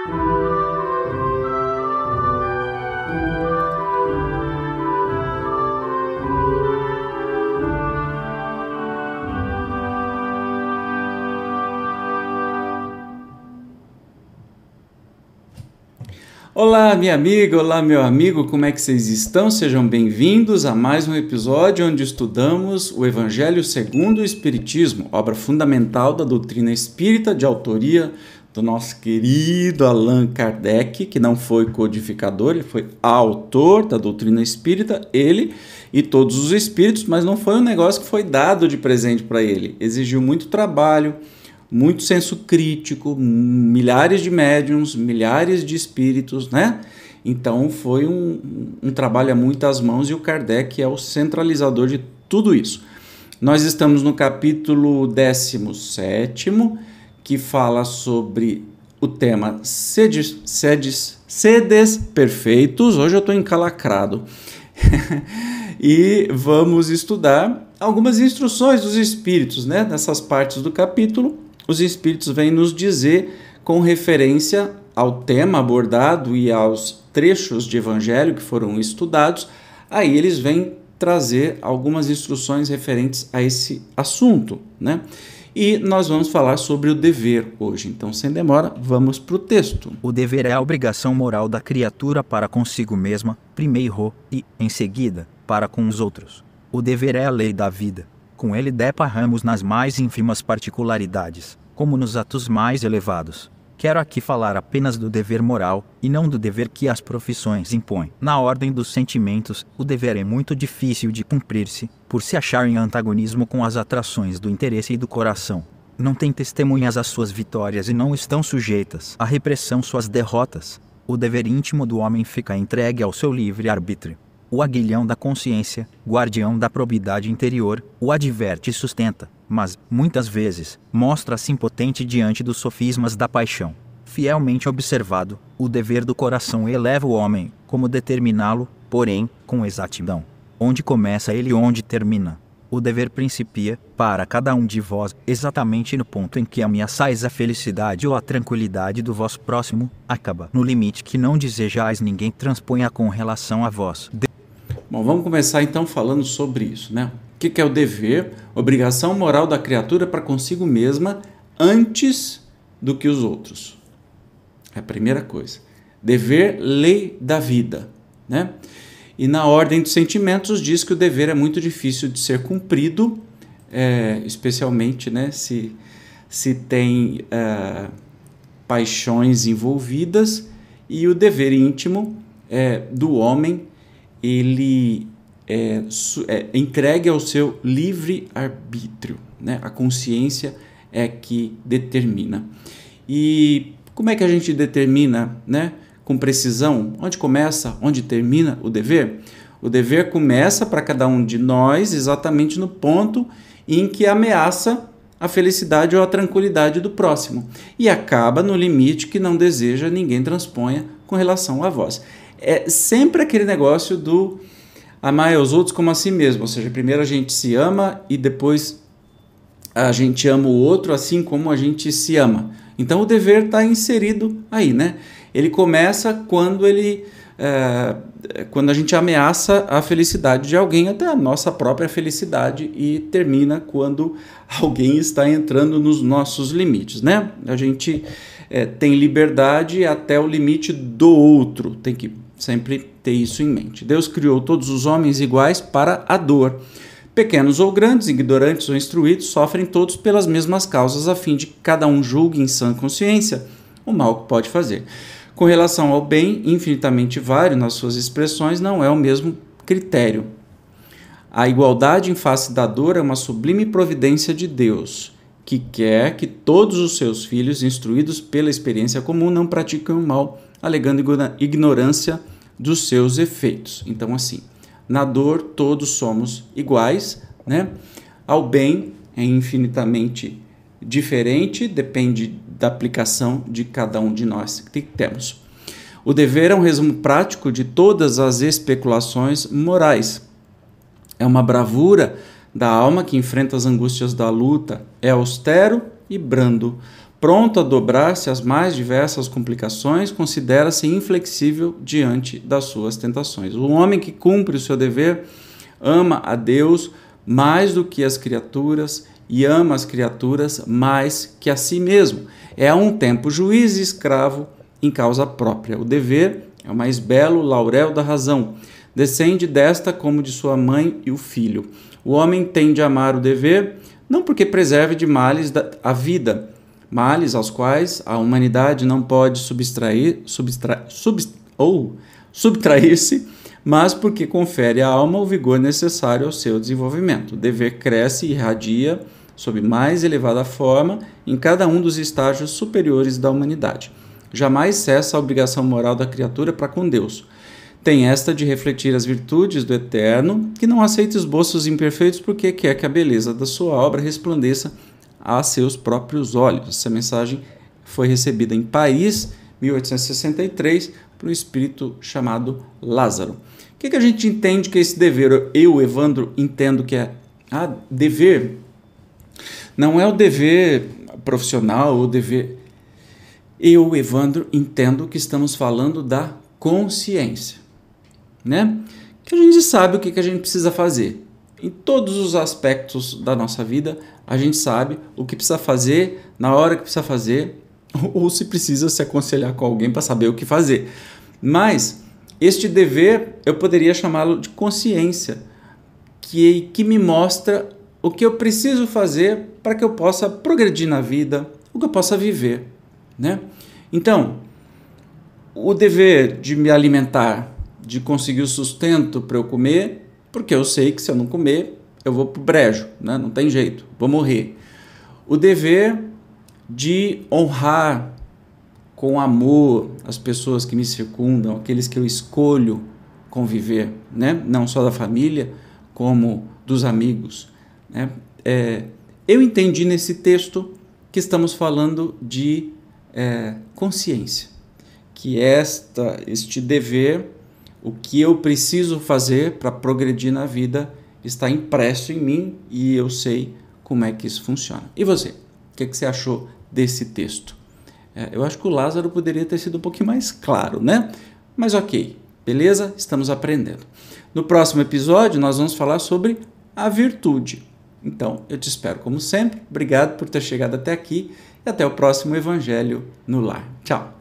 Olá, minha amiga, olá, meu amigo, como é que vocês estão? Sejam bem-vindos a mais um episódio onde estudamos o Evangelho segundo o Espiritismo, obra fundamental da doutrina espírita de autoria do nosso querido Allan Kardec, que não foi codificador, ele foi autor da doutrina espírita, ele e todos os espíritos, mas não foi um negócio que foi dado de presente para ele, exigiu muito trabalho, muito senso crítico, milhares de médiuns, milhares de espíritos, né? Então foi um trabalho a muitas mãos e o Kardec é o centralizador de tudo isso. Nós estamos no capítulo 17º, que fala sobre o tema sedes perfeitos. Hoje eu estou encalacrado. E vamos estudar algumas instruções dos espíritos, né? Nessas partes do capítulo, os espíritos vêm nos dizer, com referência ao tema abordado e aos trechos de evangelho que foram estudados, aí eles vêm trazer algumas instruções referentes a esse assunto, né? E nós vamos falar sobre o dever hoje. Então, sem demora, vamos para o texto. O dever é a obrigação moral da criatura para consigo mesma, primeiro, e, em seguida, para com os outros. O dever é a lei da vida. Com ele deparamos nas mais ínfimas particularidades, como nos atos mais elevados. Quero aqui falar apenas do dever moral, e não do dever que as profissões impõem. Na ordem dos sentimentos, o dever é muito difícil de cumprir-se, por se achar em antagonismo com as atrações do interesse e do coração. Não tem testemunhas às suas vitórias e não estão sujeitas à repressão suas derrotas. O dever íntimo do homem fica entregue ao seu livre arbítrio. O aguilhão da consciência, guardião da probidade interior, o adverte e sustenta, mas, muitas vezes, mostra-se impotente diante dos sofismas da paixão. Fielmente observado, o dever do coração eleva o homem, como determiná-lo, porém, com exatidão. Onde começa ele e onde termina. O dever principia, para cada um de vós, exatamente no ponto em que ameaçais a felicidade ou a tranquilidade do vosso próximo, acaba no limite que não desejais ninguém transponha com relação a vós. Bom, vamos começar então falando sobre isso, né? O que é o dever? Obrigação moral da criatura para consigo mesma antes do que os outros. É a primeira coisa. Dever, lei da vida, né? E na ordem dos sentimentos diz que o dever é muito difícil de ser cumprido, especialmente, né, se tem paixões envolvidas, e o dever íntimo do homem, ele é entregue ao seu livre-arbítrio, né? A consciência é que determina. E como é que a gente determina, né, com precisão, onde começa, onde termina o dever? O dever começa para cada um de nós exatamente no ponto em que ameaça a felicidade ou a tranquilidade do próximo e acaba no limite que não deseja ninguém transponha com relação a vós. É sempre aquele negócio do amar aos outros como a si mesmo, ou seja, primeiro a gente se ama e depois a gente ama o outro assim como a gente se ama. Então o dever está inserido aí, né? Ele começa quando a gente ameaça a felicidade de alguém, até a nossa própria felicidade, e termina quando alguém está entrando nos nossos limites, né? A gente tem liberdade até o limite do outro, tem que sempre ter isso em mente. Deus criou todos os homens iguais para a dor. Pequenos ou grandes, ignorantes ou instruídos, sofrem todos pelas mesmas causas, a fim de que cada um julgue em sã consciência o mal que pode fazer. Com relação ao bem, infinitamente vário nas suas expressões, não é o mesmo critério. A igualdade em face da dor é uma sublime providência de Deus, que quer que todos os seus filhos, instruídos pela experiência comum, não pratiquem o mal, alegando ignorância dos seus efeitos. Então, assim, na dor todos somos iguais, né? Ao bem é infinitamente diferente, depende da aplicação de cada um de nós que temos. O dever é um resumo prático de todas as especulações morais. É uma bravura da alma que enfrenta as angústias da luta. É austero e brando. Pronto a dobrar-se às mais diversas complicações, considera-se inflexível diante das suas tentações. O homem que cumpre o seu dever ama a Deus mais do que as criaturas e ama as criaturas mais que a si mesmo. É a um tempo juiz e escravo em causa própria. O dever é o mais belo laurel da razão. Descende desta como de sua mãe e o filho. O homem tem de amar o dever, não porque preserve de males a vida, males aos quais a humanidade não pode subtrair-se, mas porque confere à alma o vigor necessário ao seu desenvolvimento. O dever cresce e irradia sob mais elevada forma em cada um dos estágios superiores da humanidade. Jamais cessa a obrigação moral da criatura para com Deus. Tem esta de refletir as virtudes do Eterno, que não aceita esboços imperfeitos porque quer que a beleza da sua obra resplandeça a seus próprios olhos. Essa mensagem foi recebida em Paris, 1863, por um espírito chamado Lázaro. O que a gente entende que é esse dever? Eu, Evandro, entendo que é dever. Não é o dever profissional, o dever. Eu, Evandro, entendo que estamos falando da consciência, né? Que a gente sabe o que a gente precisa fazer. Em todos os aspectos da nossa vida, a gente sabe o que precisa fazer, na hora que precisa fazer, ou se precisa se aconselhar com alguém para saber o que fazer. Mas este dever, eu poderia chamá-lo de consciência, que me mostra o que eu preciso fazer para que eu possa progredir na vida, o que eu possa viver, né? Então, o dever de me alimentar, de conseguir o sustento para eu comer, porque eu sei que se eu não comer, eu vou pro brejo, né? Não tem jeito, vou morrer. O dever de honrar com amor as pessoas que me circundam, aqueles que eu escolho conviver, né? Não só da família, como dos amigos, né? Eu entendi nesse texto que estamos falando de consciência, que este dever, o que eu preciso fazer para progredir na vida, está impresso em mim e eu sei como é que isso funciona. E você? O que você achou desse texto? Eu acho que o Lázaro poderia ter sido um pouquinho mais claro, né? Mas ok, beleza? Estamos aprendendo. No próximo episódio, nós vamos falar sobre a virtude. Então, eu te espero como sempre. Obrigado por ter chegado até aqui e até o próximo Evangelho no Lar. Tchau!